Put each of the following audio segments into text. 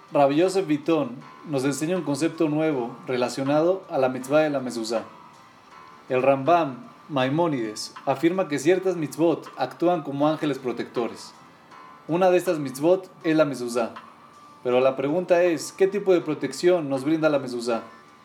Rabbi Yosef Bitton nos enseña un concepto nuevo relacionado a la mitzvah de la mezuzá. El Rambam Maimónides afirma que ciertas mitzvot actúan como ángeles protectores. Una de estas mitzvot es la mezuzá. Pero la pregunta es, ¿qué tipo de protección nos brinda la mezuzá?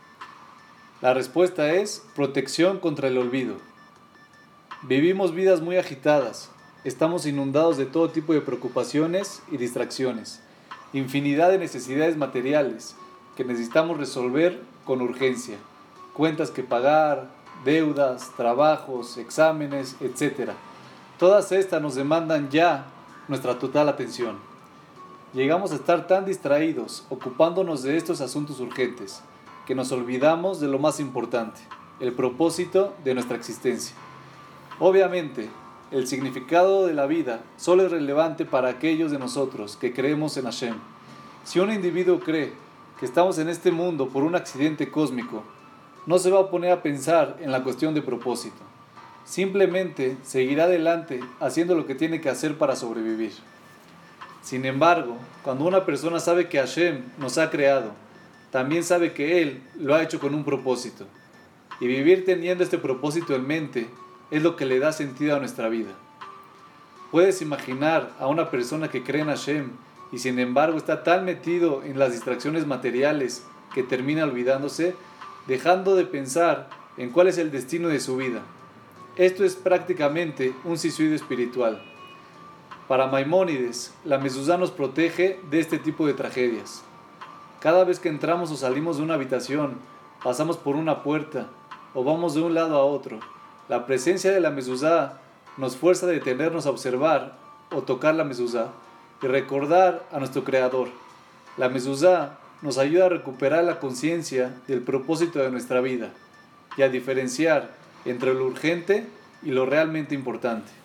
La respuesta es protección contra el olvido. Vivimos vidas muy agitadas, estamos inundados de todo tipo de preocupaciones y distracciones, infinidad de necesidades materiales que necesitamos resolver con urgencia, cuentas que pagar, deudas, trabajos, exámenes, etc. Todas estas nos demandan ya nuestra total atención. Llegamos a estar tan distraídos, ocupándonos de estos asuntos urgentes, que nos olvidamos de lo más importante, el propósito de nuestra existencia. Obviamente, el significado de la vida solo es relevante para aquellos de nosotros que creemos en Hashem. Si un individuo cree que estamos en este mundo por un accidente cósmico, no se va a poner a pensar en la cuestión de propósito. Simplemente seguirá adelante haciendo lo que tiene que hacer para sobrevivir. Sin embargo, cuando una persona sabe que Hashem nos ha creado, también sabe que Él lo ha hecho con un propósito. Y vivir teniendo este propósito en mente es lo que le da sentido a nuestra vida. Puedes imaginar a una persona que cree en Hashem y sin embargo está tan metido en las distracciones materiales que termina olvidándose, dejando de pensar en cuál es el destino de su vida. Esto es prácticamente un suicidio espiritual. Para Maimónides, la mezuzá nos protege de este tipo de tragedias. Cada vez que entramos o salimos de una habitación, pasamos por una puerta o vamos de un lado a otro, la presencia de la mezuzá nos fuerza a detenernos a observar o tocar la mezuzá y recordar a nuestro Creador. La mezuzá nos ayuda a recuperar la conciencia del propósito de nuestra vida y a diferenciar entre lo urgente y lo realmente importante.